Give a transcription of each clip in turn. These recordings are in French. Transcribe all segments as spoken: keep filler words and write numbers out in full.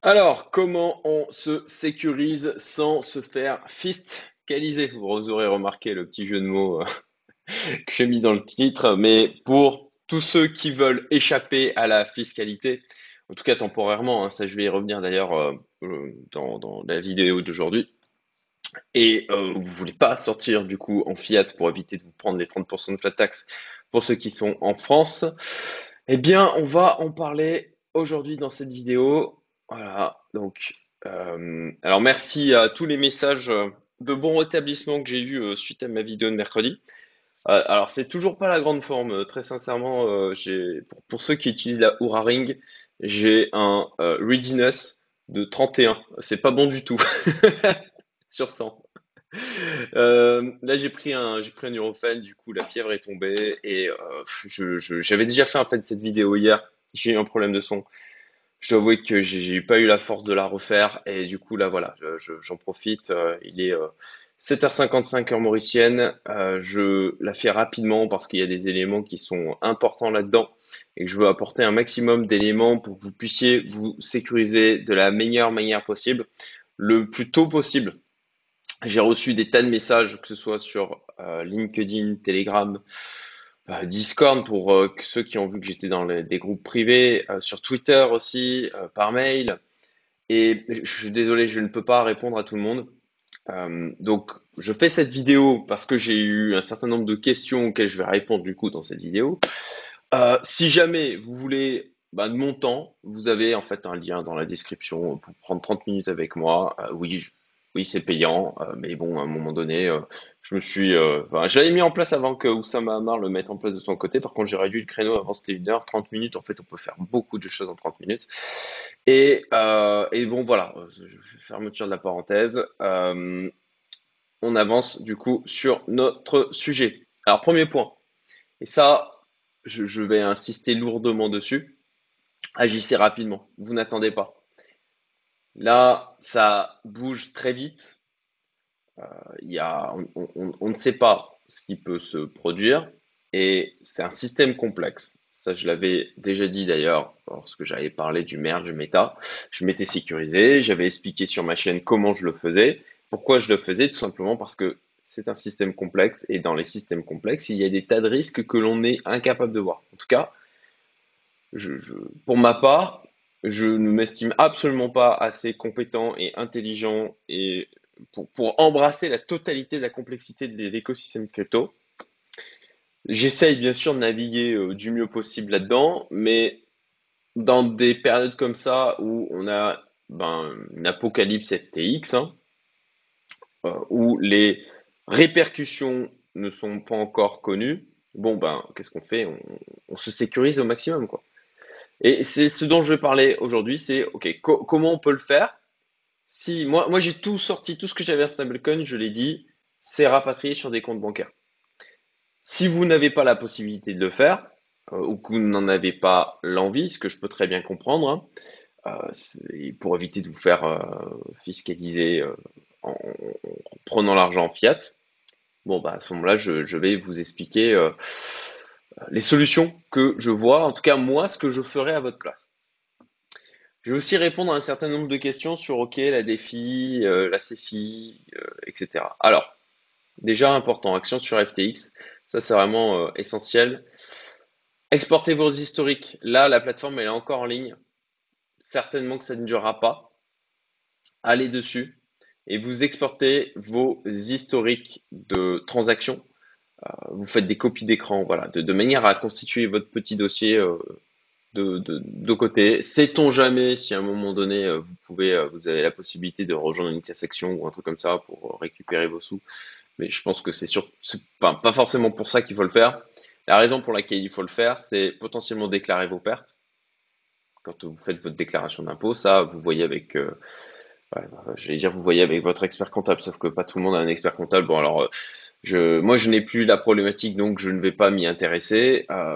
Alors, comment on se sécurise sans se faire fiscaliser? Vous aurez remarqué le petit jeu de mots euh, que j'ai mis dans le titre, mais pour tous ceux qui veulent échapper à la fiscalité, en tout cas temporairement, hein, ça je vais y revenir d'ailleurs euh, euh, dans, dans la vidéo d'aujourd'hui, et euh, vous voulez pas sortir du coup en fiat pour éviter de vous prendre les trente pour cent de flat tax pour ceux qui sont en France, eh bien, on va en parler aujourd'hui dans cette vidéo. Voilà, donc, euh, alors merci à tous les messages euh, de bon rétablissement que j'ai eu euh, suite à ma vidéo de mercredi. Euh, alors, c'est toujours pas la grande forme, euh, très sincèrement. Euh, j'ai, pour, pour ceux qui utilisent la Oura Ring, j'ai un euh, readiness de trente et un. C'est pas bon du tout sur cent. Euh, là, j'ai pris un, j'ai pris un Nurofen, du coup, la fièvre est tombée et euh, je, je- j'avais déjà fait en fait cette vidéo hier. J'ai eu un problème de son. Je dois avouer que j'ai j'ai pas eu la force de la refaire et du coup là voilà, je- je- j'en profite. Euh, il est euh, sept heures cinquante-cinq heure mauricienne. Euh, je la fais rapidement parce qu'il y a des éléments qui sont importants là-dedans et que je veux apporter un maximum d'éléments pour que vous puissiez vous sécuriser de la meilleure manière possible, le plus tôt possible. J'ai reçu des tas de messages, que ce soit sur euh, LinkedIn, Telegram, euh, Discord pour euh, ceux qui ont vu que j'étais dans les- des groupes privés, euh, sur Twitter aussi, euh, par mail. Et je suis désolé, je ne peux pas répondre à tout le monde. Euh, donc, je fais cette vidéo parce que j'ai eu un certain nombre de questions auxquelles je vais répondre du coup dans cette vidéo. Euh, si jamais vous voulez bah, de mon temps, vous avez en fait un lien dans la description pour prendre trente minutes avec moi. Euh, oui, je- oui, c'est payant, euh, mais bon, à un moment donné, euh, je me suis, euh, enfin, je l'avais mis en place avant que Oussama Hamar le mette en place de son côté. Par contre, j'ai réduit le créneau. Avant, c'était une heure, trente minutes. En fait, on peut faire beaucoup de choses en trente minutes. Et, euh, et bon, voilà, euh, je- fermeture de la parenthèse. Euh, on avance du coup sur notre sujet. Alors, premier point. Et ça, je, je vais insister lourdement dessus. Agissez rapidement. Vous n'attendez pas. Là, ça bouge très vite. Il y a, on, on- on ne sait pas ce qui peut se produire et c'est un système complexe. Ça, je l'avais déjà dit d'ailleurs lorsque j'avais parlé du merge méta. Je m'étais sécurisé, j'avais expliqué sur ma chaîne comment je le faisais. Pourquoi je le faisais? Tout simplement parce que c'est un système complexe et dans les systèmes complexes, il y a des tas de risques que l'on est incapable de voir. En tout cas, je, je- pour ma part, je ne m'estime absolument pas assez compétent et intelligent et pour, pour embrasser la totalité de la complexité de l'écosystème crypto. J'essaye bien sûr de naviguer euh, du mieux possible là-dedans, mais dans des périodes comme ça où on a ben, une apocalypse F T X, hein, euh, où les répercussions ne sont pas encore connues, bon ben qu'est-ce qu'on fait? On, on se sécurise au maximum, quoi. Et c'est ce dont je vais parler aujourd'hui, c'est ok, co- comment on peut le faire? Si moi, moi j'ai tout sorti, tout ce que j'avais en stablecoin, je l'ai dit, c'est rapatrié sur des comptes bancaires. Si vous n'avez pas la possibilité de le faire, euh, ou que vous n'en avez pas l'envie, ce que je peux très bien comprendre, hein, euh, c'est- pour éviter de vous faire euh, fiscaliser euh, en, en prenant l'argent en fiat, bon bah à ce moment-là, je, je vais vous expliquer euh, les solutions que je vois, en tout cas moi, ce que je ferais à votre place. Je vais aussi répondre à un certain nombre de questions sur OK, la défi, euh, la C F I, euh, et cetera. Alors, déjà important, action sur F T X, ça c'est vraiment euh, essentiel. Exportez vos historiques. Là, la plateforme elle est encore en ligne. Certainement que ça ne durera pas. Allez dessus et vous exportez vos historiques de transactions. Euh, vous faites des copies d'écran, voilà, de, de manière à constituer votre petit dossier euh, de, de, de côté. Sait-on jamais si à un moment donné euh, vous pouvez, euh, vous avez la possibilité de rejoindre une classe action ou un truc comme ça pour euh, récupérer vos sous. Mais je pense que c'est sur, c'est pas, pas forcément pour ça qu'il faut le faire. La raison pour laquelle il faut le faire, c'est potentiellement déclarer vos pertes. Quand vous faites votre déclaration d'impôt, ça, vous voyez avec, euh, ouais, j'allais dire, vous voyez avec votre expert comptable, sauf que pas tout le monde a un expert comptable. Bon, alors, euh, je, moi, je n'ai plus la problématique, donc je ne vais pas m'y intéresser. Euh,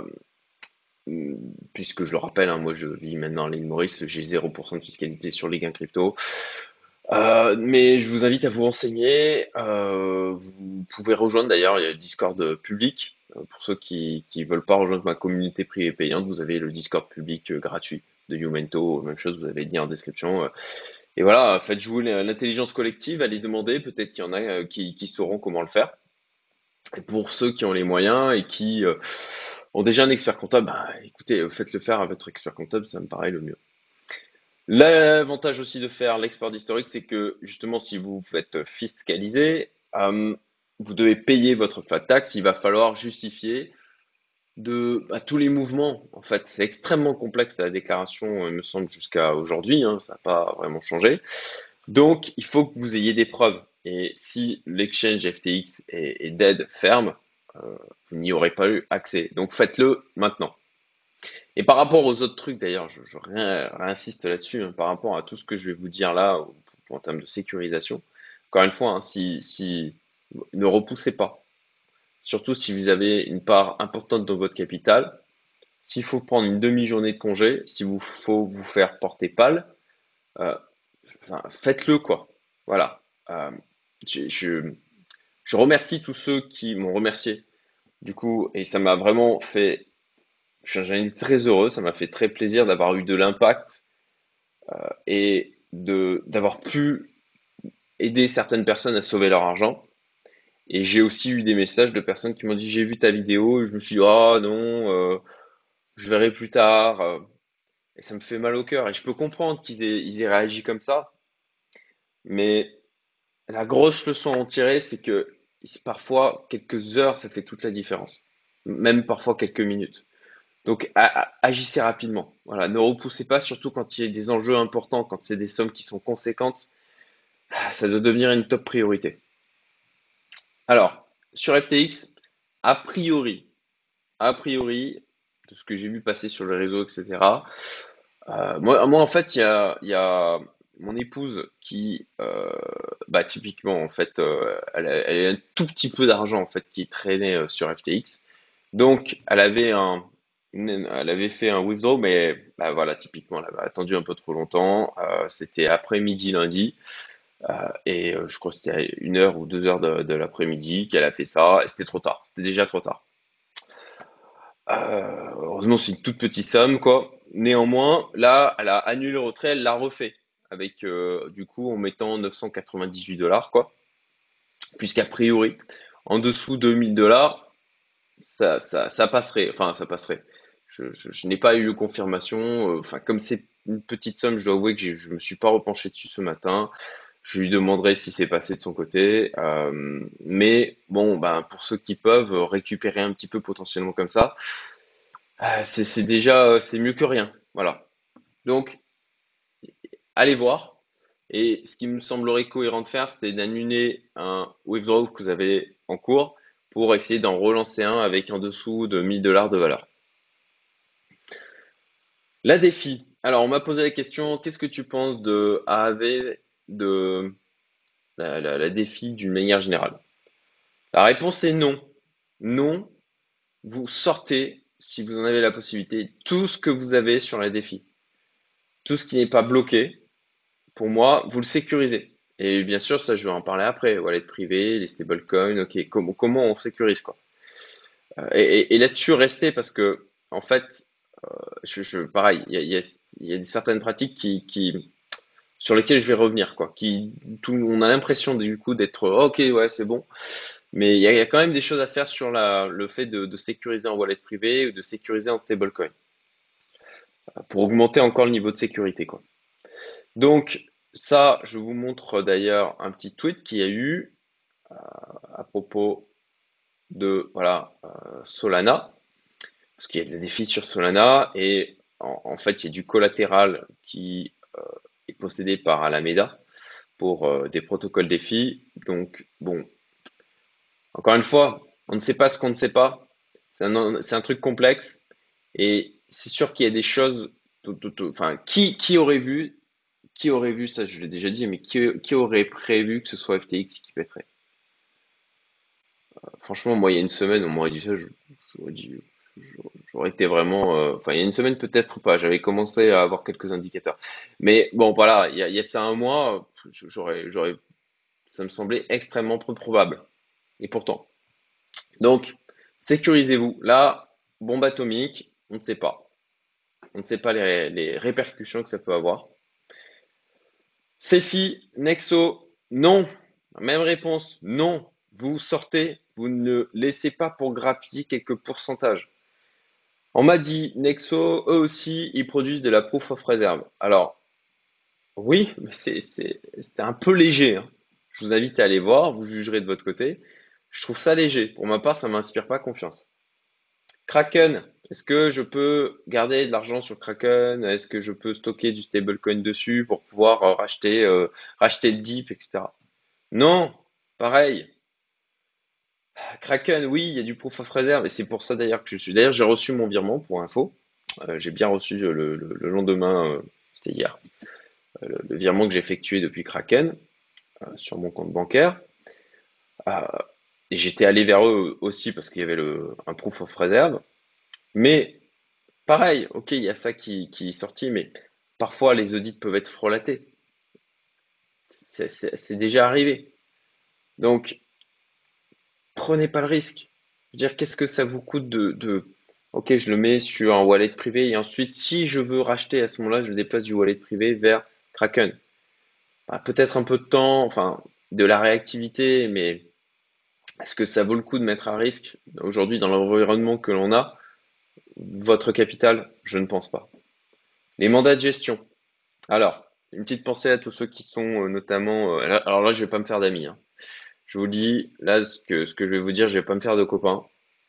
puisque je le rappelle, hein, moi je vis maintenant à l'île Maurice, j'ai zéro pour cent de fiscalité sur les gains crypto. Euh, mais je vous invite à vous renseigner. Euh, vous pouvez rejoindre d'ailleurs, il y a le Discord public. Euh, Pour ceux qui qui veulent pas rejoindre ma communauté privée payante, vous avez le Discord public euh, gratuit. de Youmento, même chose, vous avez dit en description. euh. Et voilà, faites jouer l'intelligence collective, allez demander, peut-être qu'il y en a euh, qui, qui sauront comment le faire. Et pour ceux qui ont les moyens et qui euh, ont déjà un expert comptable, bah, écoutez, euh, faites-le faire à votre expert comptable, ça me paraît le mieux. L'avantage aussi de faire l'export d'historique, c'est que justement, si vous faites fiscaliser, euh, vous devez payer votre flat tax, il va falloir justifier de à tous les mouvements. En fait, c'est extrêmement complexe la déclaration, il me semble, jusqu'à aujourd'hui, hein, ça n'a pas vraiment changé. Donc, il faut que vous ayez des preuves. Et si l'exchange F T X est, est dead, ferme, euh, vous n'y aurez pas eu accès. Donc, faites-le maintenant. Et par rapport aux autres trucs, d'ailleurs, je, je ré- réinsiste là-dessus, hein, par rapport à tout ce que je vais vous dire là, en, en termes de sécurisation. Encore une fois, hein, si, si ne repoussez pas, surtout si vous avez une part importante dans votre capital. S'il faut prendre une demi-journée de congé, s'il vous faut vous faire porter pâle, euh, enfin, faites-le quoi. Voilà. Euh, je, je, je remercie tous ceux qui m'ont remercié. Du coup, et ça m'a vraiment fait, j'en ai été très heureux, ça m'a fait très plaisir d'avoir eu de l'impact et de d'avoir pu aider certaines personnes à sauver leur argent. Et j'ai aussi eu des messages de personnes qui m'ont dit j'ai vu ta vidéo, et je me suis dit ah non, euh, je verrai plus tard. euh, Et ça me fait mal au cœur. Et je peux comprendre qu'ils aient, ils aient réagi comme ça. Mais la grosse leçon à en tirer, c'est que parfois, quelques heures, ça fait toute la différence. Même parfois quelques minutes. Donc, a- a- agissez rapidement. Voilà, ne repoussez pas, surtout quand il y a des enjeux importants, quand c'est des sommes qui sont conséquentes. Ah, ça doit devenir une top priorité. Alors, sur F T X, a priori, a priori, de ce que j'ai vu passer sur le réseau, et cetera, Euh, moi, moi, en fait, il y a, il y a mon épouse qui, euh, bah, typiquement, en fait, euh, elle, a, elle a un tout petit peu d'argent, en fait, qui traînait euh, sur F T X. Donc, elle avait un, une- elle avait fait un withdraw, mais bah, voilà, typiquement, elle avait attendu un peu trop longtemps. Euh, c'était après-midi lundi, euh, et euh, je crois que c'était à une heure ou deux heures de, de l'après-midi qu'elle a fait ça, et c'était trop tard. C'était déjà trop tard. Euh, heureusement, c'est une toute petite somme, quoi. Néanmoins, là, elle a annulé le retrait, elle l'a refait. Avec, euh, du coup, en mettant neuf cent quatre-vingt-dix-huit dollars, quoi. Puisqu'a priori, en dessous de mille dollars, ça, ça, ça passerait. Enfin, ça passerait. Je, je- je n'ai pas eu de confirmation. euh, Enfin, comme c'est une petite somme, je dois avouer que j'ai- je me suis pas repenché dessus ce matin. Je lui demanderai si c'est passé de son côté. Euh, mais bon, ben, pour ceux qui peuvent euh, récupérer un petit peu potentiellement comme ça, ah, c'est c'est déjà, euh, c'est mieux que rien. Voilà. Donc, allez voir. Et ce qui me semblerait cohérent de faire, c'est d'annuler un withdraw que vous avez en cours pour essayer d'en relancer un avec en dessous de mille dollars de valeur. La défi. Alors, on m'a posé la question, qu'est-ce que tu penses de A A V, de la, la, la défi d'une manière générale? La réponse est non. Non, vous sortez, si vous en avez la possibilité, tout ce que vous avez sur la défi. Tout ce qui n'est pas bloqué, pour moi, vous le sécurisez. Et bien sûr, ça, je vais en parler après. Wallet privé, les stablecoins, ok, comment, comment on sécurise quoi. Euh, Et, et- et là-dessus, restez parce que, en fait, je, je- pareil, il y a, il y a- il y a certaines pratiques qui, qui, sur lesquelles je vais revenir, quoi. Qui, tout, on a l'impression du coup d'être, oh, ok, ouais, c'est bon. Mais il y, a, il y a quand même des choses à faire sur la, le fait de, de sécuriser en wallet privé ou de sécuriser en stablecoin pour augmenter encore le niveau de sécurité, quoi. Donc, ça, je vous montre d'ailleurs un petit tweet qu'il y a eu à propos de voilà, euh, Solana, parce qu'il y a des défis sur Solana, et en, en fait, il y a du collatéral qui euh, est possédé par Alameda pour euh, des protocoles défis. Donc, bon, encore une fois, on ne sait pas ce qu'on ne sait pas. C'est un, c'est un truc complexe, et c'est sûr qu'il y a des choses, tout- tout- tout- enfin, qui, qui aurait vu, qui aurait vu, ça je l'ai déjà dit, mais qui, qui aurait prévu que ce soit F T X qui pèterait? Franchement, moi, il y a une semaine, on m'aurait dit ça, je- j'aurais dit, j'aurais été vraiment, euh, enfin, il y a une semaine peut-être pas. J'avais commencé à avoir quelques indicateurs, mais bon, voilà, il y a, il y a de ça un mois, j'aurais, j'aurais, ça me semblait extrêmement peu probable. Et pourtant, donc, sécurisez-vous. Là, bombe atomique, on ne sait pas. On ne sait pas les, les répercussions que ça peut avoir. Cefi, Nexo, non. Même réponse, non. Vous sortez, vous ne laissez pas pour grappiller quelques pourcentages. On m'a dit, Nexo, eux aussi, ils produisent de la proof of reserve. Alors, oui, mais c'est, c'est, c'est un peu léger, hein. Je vous invite à aller voir, vous jugerez de votre côté. Je trouve ça léger. Pour ma part, ça m'inspire pas confiance. Kraken, est-ce que je peux garder de l'argent sur Kraken? Est-ce que je peux stocker du stablecoin dessus pour pouvoir euh, racheter, euh, racheter le dip, et cetera. Non, pareil. Kraken, oui, il y a du proof of reserve, et c'est pour ça d'ailleurs que je suis. D'ailleurs, j'ai reçu mon virement pour info. Euh, j'ai bien reçu le, le- le lendemain, euh, c'était hier, euh, le, le virement que j'ai effectué depuis Kraken euh, sur mon compte bancaire. Euh, et j'étais allé vers eux aussi parce qu'il y avait le, un proof of reserve. Mais pareil, ok, il y a ça qui, qui est sorti, mais parfois les audits peuvent être frelatés. C'est c'est- c'est déjà arrivé. Donc, prenez pas le risque. Je veux dire, qu'est-ce que ça vous coûte de, de... Ok, je le mets sur un wallet privé et ensuite, si je veux racheter à ce moment-là, je le déplace du wallet privé vers Kraken. Bah, peut-être un peu de temps, enfin, de la réactivité, mais est-ce que ça vaut le coup de mettre à risque aujourd'hui dans l'environnement que l'on a votre capital? Je ne pense pas. Les mandats de gestion. Alors, une petite pensée à tous ceux qui sont euh, notamment. euh, là- alors là, je vais pas me faire d'amis, hein. Je vous le dis, là, ce que, ce que je vais vous dire, je vais pas me faire de copains.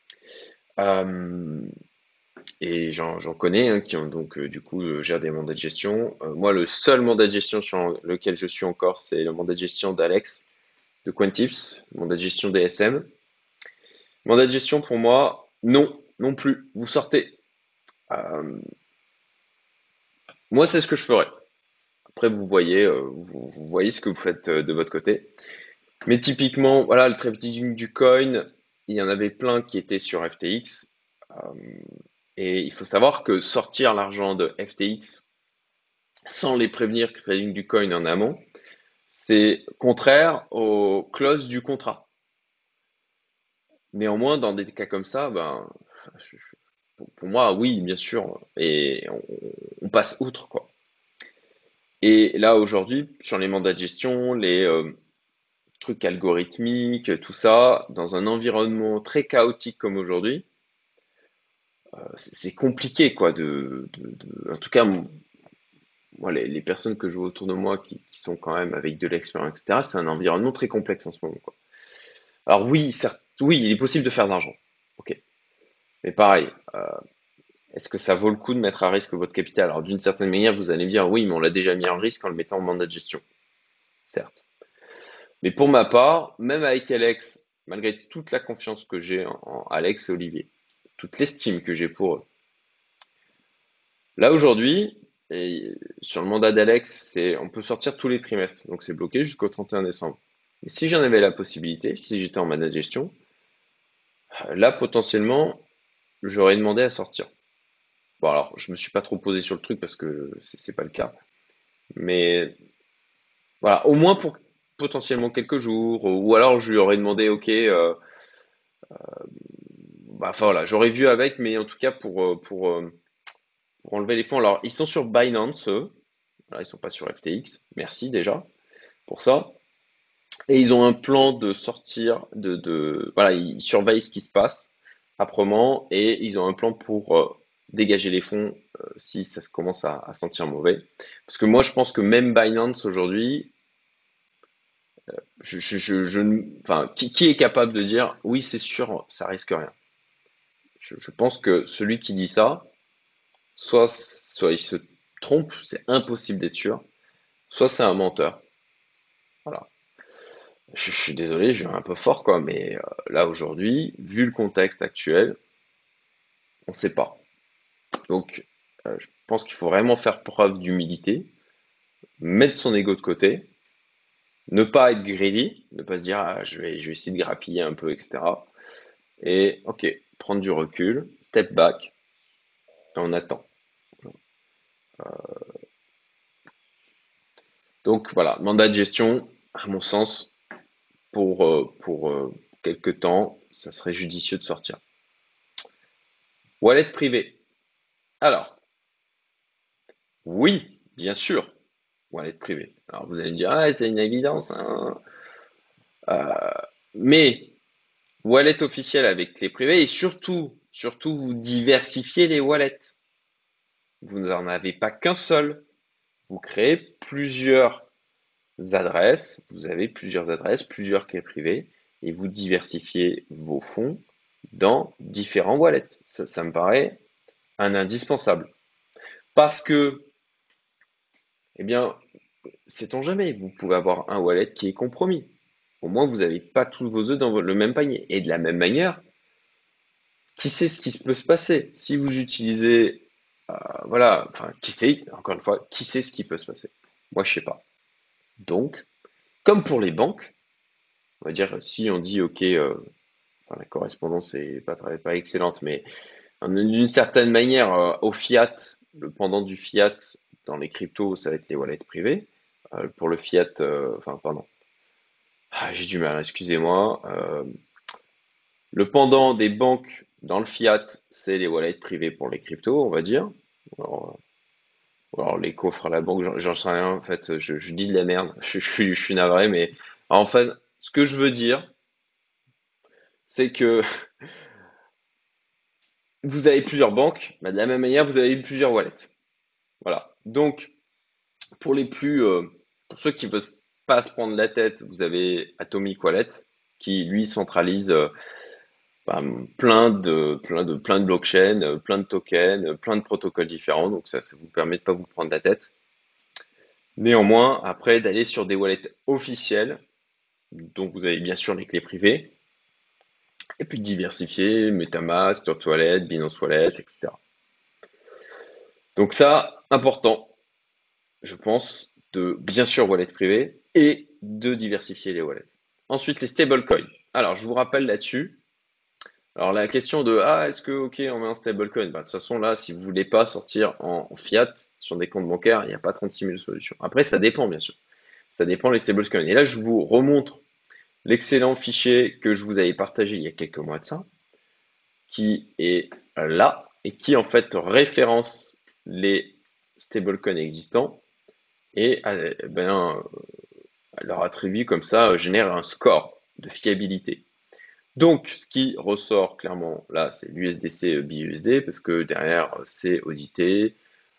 Euh, et j'en j'en connais hein, qui ont donc euh, du coup euh, gèrent des mandats de gestion. Euh, moi, le seul mandat de gestion sur lequel je suis encore, c'est le mandat de gestion d'Alex de Quantips, mandat de gestion D S M. Mandat de gestion pour moi, non, non plus. Vous sortez. Euh, moi, c'est ce que je ferais. Après, vous voyez, euh, vous, vous voyez ce que vous faites euh, de votre côté. Mais typiquement, voilà, le trading du coin, il y en avait plein qui étaient sur F T X. Euh, et il faut savoir que sortir l'argent de F T X sans les prévenir que trading du coin en amont, c'est contraire aux clauses du contrat. Néanmoins, dans des cas comme ça, ben, je- je- pour pour moi, oui, bien sûr, et on, on passe outre, quoi. Et là, aujourd'hui, sur les mandats de gestion, les euh, trucs algorithmiques, tout ça, dans un environnement très chaotique comme aujourd'hui, euh, c'est c'est compliqué, quoi, de, de- de- en tout cas, m- moi, les, les personnes que je vois autour de moi qui, qui sont quand même avec de l'expérience, et cetera, c'est un environnement très complexe en ce moment, quoi. Alors oui, certes, oui, il est possible de faire de l'argent. Ok. Mais pareil, euh, est-ce que ça vaut le coup de mettre à risque votre capital? Alors d'une certaine manière, vous allez me dire, oui, mais on l'a déjà mis en risque en le mettant en mandat de gestion. Certes. Mais pour ma part, même avec Alex, malgré toute la confiance que j'ai en, en Alex et Olivier, toute l'estime que j'ai pour eux, là aujourd'hui, et sur le mandat d'Alex, c'est on peut sortir tous les trimestres, donc c'est bloqué jusqu'au trente et un décembre. Mais si j'en avais la possibilité, si j'étais en mandat de gestion, là potentiellement, j'aurais demandé à sortir. Bon alors, je me suis pas trop posé sur le truc parce que c'est c'est pas le cas, mais voilà, au moins pour potentiellement quelques jours, ou alors je lui aurais demandé, ok, euh, bah, enfin voilà, j'aurais vu avec, mais en tout cas pour, euh, pour, euh, pour enlever les fonds. Alors, ils sont sur Binance, eux. Voilà, ils sont pas sur F T X. Merci déjà pour ça. Et ils ont un plan de sortir de, de voilà, ils surveillent ce qui se passe âprement et ils ont un plan pour euh, dégager les fonds euh, si ça se commence à, à sentir mauvais. Parce que moi, je pense que même Binance aujourd'hui, je, je, je, je ne- enfin, qui, qui est capable de dire oui, c'est sûr, ça risque rien. Je, je pense que celui qui dit ça, soit, soit il se trompe, c'est impossible d'être sûr, soit c'est un menteur. Voilà. Je, je suis désolé, je vais un peu fort, quoi, mais euh, là aujourd'hui, vu le contexte actuel, on ne sait pas. Donc, euh, je pense qu'il faut vraiment faire preuve d'humilité, mettre son ego de côté, ne pas être greedy, ne pas se dire ah, je vais, je vais essayer de grappiller un peu, et cetera. Et ok, prendre du recul, step back, et on attend. Donc voilà, mandat de gestion, à mon sens, pour, euh, pour euh, quelques temps, ça serait judicieux de sortir. Wallet privé. Alors, Oui, bien sûr, wallet privé. Alors vous allez me dire, ah, c'est une évidence, hein. Euh, mais wallet officiel avec clé privée et surtout, surtout, vous diversifiez les wallets. Vous n'en avez pas qu'un seul. Vous créez plusieurs adresses. Vous avez plusieurs adresses, plusieurs clés privées et vous diversifiez vos fonds dans différents wallets. Ça, ça me paraît un indispensable. Parce que, eh bien, sait-on jamais, vous pouvez avoir un wallet qui est compromis. Au moins, vous n'avez pas tous vos œufs dans le même panier. Et de la même manière, qui sait ce qui peut se passer? Si vous utilisez, euh, voilà, enfin, qui sait, encore une fois, qui sait ce qui peut se passer? Moi, je sais pas. Donc, comme pour les banques, on va dire, si on dit, OK, euh, enfin, la correspondance n'est pas, très- pas excellente, mais euh, d'une certaine manière, euh, au fiat, le pendant du fiat dans les cryptos, ça va être les wallets privés. Euh, pour le fiat, euh, enfin, pardon, ah, j'ai du mal, excusez-moi. Euh, le pendant des banques dans le fiat, c'est les wallets privés pour les cryptos, on va dire. Alors, ou alors les coffres à la banque, j'en j'en sais rien. En fait, je, je dis de la merde. Je, je suis, je suis navré, mais en fait, ce que je veux dire, c'est que vous avez plusieurs banques, mais de la même manière, vous avez plusieurs wallets. Voilà. Donc, pour les plus, euh, pour ceux qui ne veulent pas se prendre la tête, vous avez Atomic Wallet, qui lui centralise euh, bah, plein de, plein de, plein de blockchains, euh, plein de tokens, euh, plein de protocoles différents. Donc ça, ça vous permet de pas vous prendre la tête. Néanmoins, après, d'aller sur des wallets officiels, dont vous avez bien sûr les clés privées, et puis de diversifier, MetaMask, Tortoise Wallet, Binance Wallet, et cetera. Donc ça, important, je pense, de bien sûr wallet privé et de diversifier les wallets. Ensuite, les stablecoins. Alors, je vous rappelle là-dessus. Alors, la question de ah, est-ce que, ok, on met un stablecoin? Bah, de toute façon, là, si vous voulez pas sortir en, en fiat sur des comptes bancaires, il n'y a pas trente-six mille solutions. Après, ça dépend, bien sûr. Ça dépend les stablecoins. Et là, je vous remontre l'excellent fichier que je vous avais partagé il y a quelques mois de ça, qui est là et qui, en fait, référence les stablecoins existants et euh, ben, leur attribut comme ça euh, génère un score de fiabilité. Donc, ce qui ressort clairement là, c'est l'U S D C B U S D parce que derrière, c'est audité,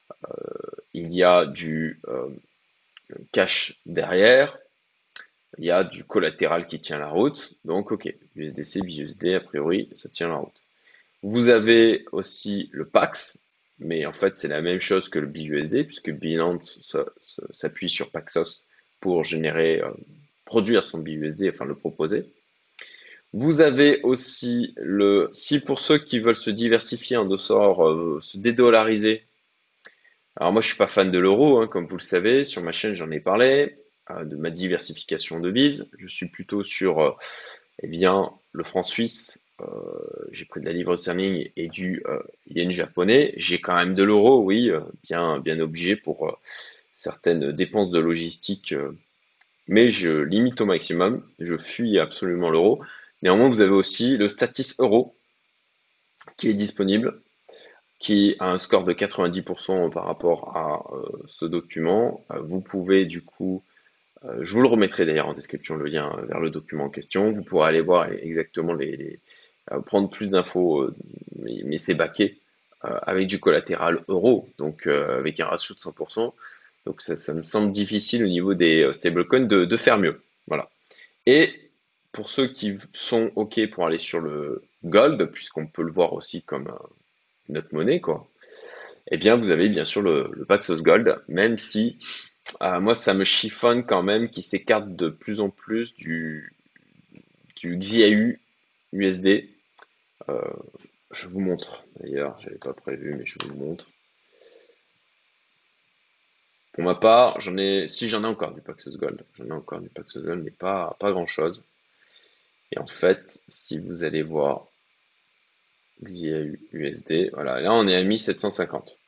il y a du euh, cash derrière, il y a du collatéral qui tient la route. Donc, ok, U S D C, B U S D, a priori, ça tient la route. Vous avez aussi le Pax, mais en fait, c'est la même chose que le B U S D puisque Binance s'appuie sur Paxos pour générer, euh, produire son B U S D, enfin le proposer. Vous avez aussi le, si pour ceux qui veulent se diversifier en dessous, euh, se dédollariser. Alors moi, je suis pas fan de l'euro, hein, comme vous le savez. Sur ma chaîne, j'en ai parlé euh, de ma diversification de devises. Je suis plutôt sur, euh, eh bien, le franc suisse. Euh, j'ai pris de la livre sterling et du euh, yen japonais. J'ai quand même de l'euro, oui, euh, bien, bien obligé pour euh, certaines dépenses de logistique, euh, mais je limite au maximum. Je fuis absolument l'euro. Néanmoins, vous avez aussi le Statis Euro qui est disponible, qui a un score de quatre-vingt-dix pour cent par rapport à euh, ce document. Euh, vous pouvez du coup, euh, je vous le remettrai d'ailleurs en description le lien vers le document en question. Vous pourrez aller voir exactement les, les euh, prendre plus d'infos, euh, mais, mais c'est baqué euh, avec du collatéral euro, donc euh, avec un ratio de cent pour cent. Donc ça, ça me semble difficile au niveau des euh, stablecoins de, de faire mieux. Voilà. Et pour ceux qui sont OK pour aller sur le gold, puisqu'on peut le voir aussi comme euh, notre monnaie, quoi, eh bien, vous avez bien sûr le, le Paxos Gold, même si euh, moi, ça me chiffonne quand même qui s'écarte de plus en plus du, du X I A U U S D. Euh, je vous montre, d'ailleurs, j'avais pas prévu, mais je vous le montre. Pour ma part, j'en ai, si j'en ai encore du Paxos Gold, j'en ai encore du Paxos Gold, mais pas, pas grand-chose. Et en fait, si vous allez voir X I A U U S D, voilà, là on est à mille sept cent cinquante.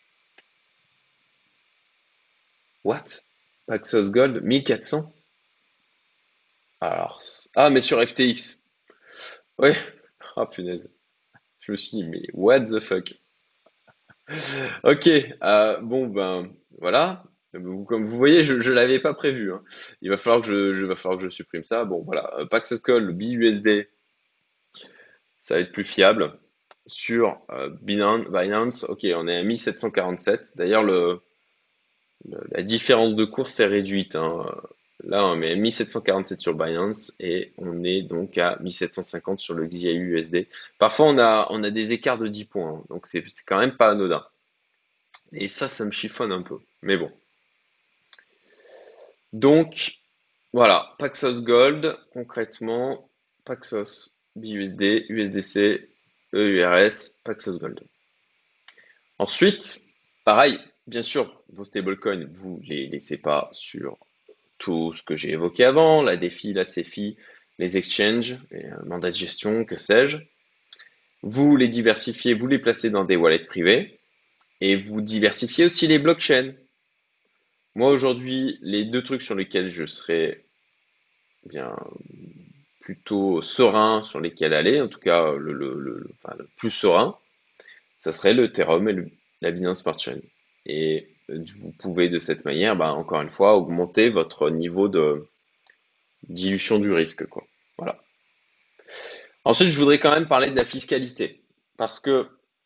What? Paxos Gold, mille quatre cents? Alors, ah, mais sur F T X. Ouais. Ah, punaise. Je me suis dit, mais what the fuck? Ok, euh, bon ben voilà. Vous- Comme vous voyez, je ne l'avais pas prévu, hein. Il va falloir que je, je- va falloir que je supprime ça. Bon voilà, Euh, Paxos B U S D, ça va être plus fiable. Sur euh, Binance, Binance, ok, on est à mille sept cent quarante-sept. D'ailleurs, le, le- la différence de cours s'est réduite, hein. Là, on est à mille sept cent quarante-sept sur Binance et on est donc à mille sept cent cinquante sur le X I A U U S D. Parfois, on a, on a des écarts de dix points, hein, donc c'est c'est quand même pas anodin. Et ça, ça me chiffonne un peu. Mais bon. Donc, voilà, Paxos Gold, concrètement, Paxos B U S D, U S D C, E U R S, Paxos Gold. Ensuite, pareil, bien sûr, vos stablecoins, vous les laissez pas sur tout ce que j'ai évoqué avant, la DeFi, la CeFi, les exchanges, les euh, mandats de gestion, que sais-je. Vous les diversifiez, vous les placez dans des wallets privés et vous diversifiez aussi les blockchains. Moi, aujourd'hui, les deux trucs sur lesquels je serais bien plutôt serein, sur lesquels aller, en tout cas le, le- le- enfin, le plus serein, ça serait le Ethereum et le- la Binance Smart Chain. Et euh, vous pouvez de cette manière, bah, encore une fois, augmenter votre niveau de dilution du risque, quoi. Voilà. Ensuite, je voudrais quand même parler de la fiscalité, parce que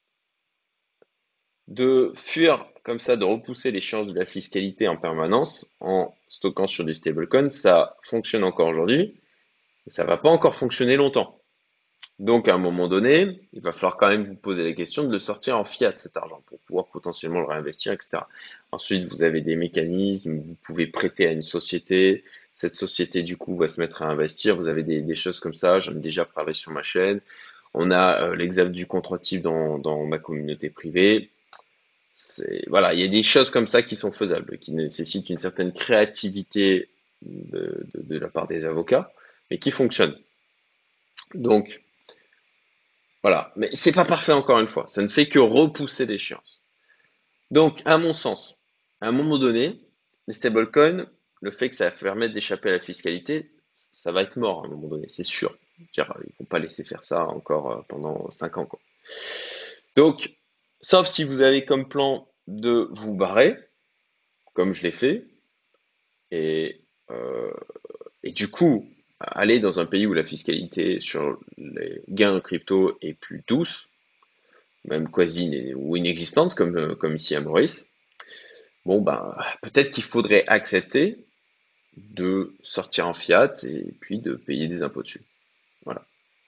de fuir comme ça, de repousser l'échéance de la fiscalité en permanence en stockant sur du stablecoin, ça fonctionne encore aujourd'hui, mais ça va pas encore fonctionner longtemps. Donc, à un moment donné, il va falloir quand même vous poser la question de le sortir en fiat, cet argent, pour pouvoir potentiellement le réinvestir, et cetera. Ensuite, vous avez des mécanismes, vous pouvez prêter à une société, cette société, du coup, va se mettre à investir, vous avez des, des choses comme ça, j'en ai déjà parlé sur ma chaîne. On a euh, l'exemple du contrat type dans, dans ma communauté privée. C'est, voilà, il y a des choses comme ça qui sont faisables, qui nécessitent une certaine créativité de, de, de la part des avocats, mais qui fonctionnent. Donc, voilà, mais c'est pas parfait encore une fois, ça ne fait que repousser l'échéance. Donc, à mon sens, à un moment donné, les stablecoins, le fait que ça va permettre d'échapper à la fiscalité, ça va être mort à un moment donné, c'est sûr. Dire, ils vont pas laisser faire ça encore euh, pendant cinq ans, quoi. Donc, sauf si vous avez comme plan de vous barrer, comme je l'ai fait, et, euh, et du coup, aller dans un pays où la fiscalité sur les gains en crypto est plus douce, même quasi ou inexistante, comme, euh, comme ici à Maurice, bon, ben, peut-être qu'il faudrait accepter de sortir en fiat et puis de payer des impôts dessus. Voilà.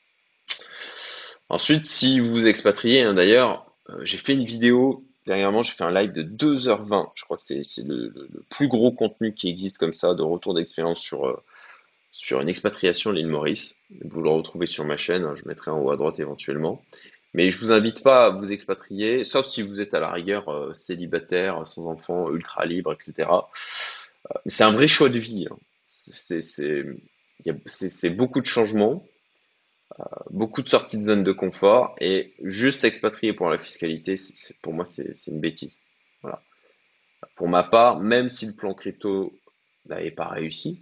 Ensuite, si vous vous expatriez, hein, d'ailleurs, euh, j'ai fait une vidéo, dernièrement, j'ai fait un live de deux heures vingt. Je crois que c'est c'est le, le- le plus gros contenu qui existe comme ça, de retour d'expérience sur, euh, sur une expatriation à l'île Maurice. Vous le retrouvez sur ma chaîne, hein, je mettrai en haut à droite éventuellement. Mais je vous invite pas à vous expatrier, sauf si vous êtes à la rigueur euh, célibataire, sans enfant, ultra libre, et cetera. Euh, c'est un vrai choix de vie, hein. C'est c'est- il y a- c'est- c'est beaucoup de changements, beaucoup de sorties de zone de confort, et juste s'expatrier pour la fiscalité, c'est- c'est- pour moi, c'est c'est une bêtise. Voilà. Pour ma part, même si le plan crypto n'avait pas réussi,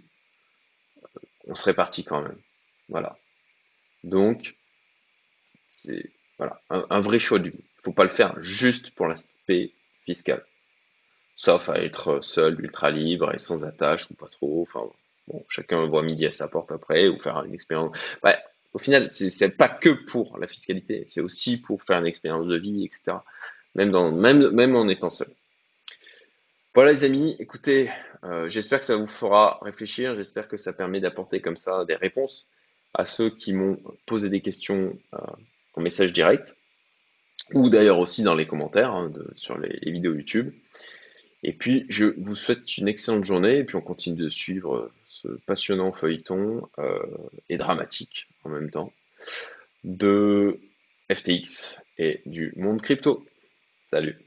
on serait parti quand même. Voilà. Donc, c'est voilà, un, un vrai choix de vie. Il faut pas le faire juste pour l'aspect fiscal. Sauf à être seul, ultra libre et sans attache ou pas trop. Enfin, bon, chacun voit midi à sa porte après ou faire une expérience. Ouais, au final, c'est c'est pas que pour la fiscalité, c'est aussi pour faire une expérience de vie, et cetera. Même dans, même, même en étant seul. Voilà les amis, écoutez, euh, j'espère que ça vous fera réfléchir, j'espère que ça permet d'apporter comme ça des réponses à ceux qui m'ont posé des questions euh, en message direct, ou d'ailleurs aussi dans les commentaires hein, de- sur les, les vidéos YouTube. Et puis, je vous souhaite une excellente journée, et puis on continue de suivre euh, ce passionnant feuilleton euh, et dramatique en même temps de F T X et du monde crypto. Salut!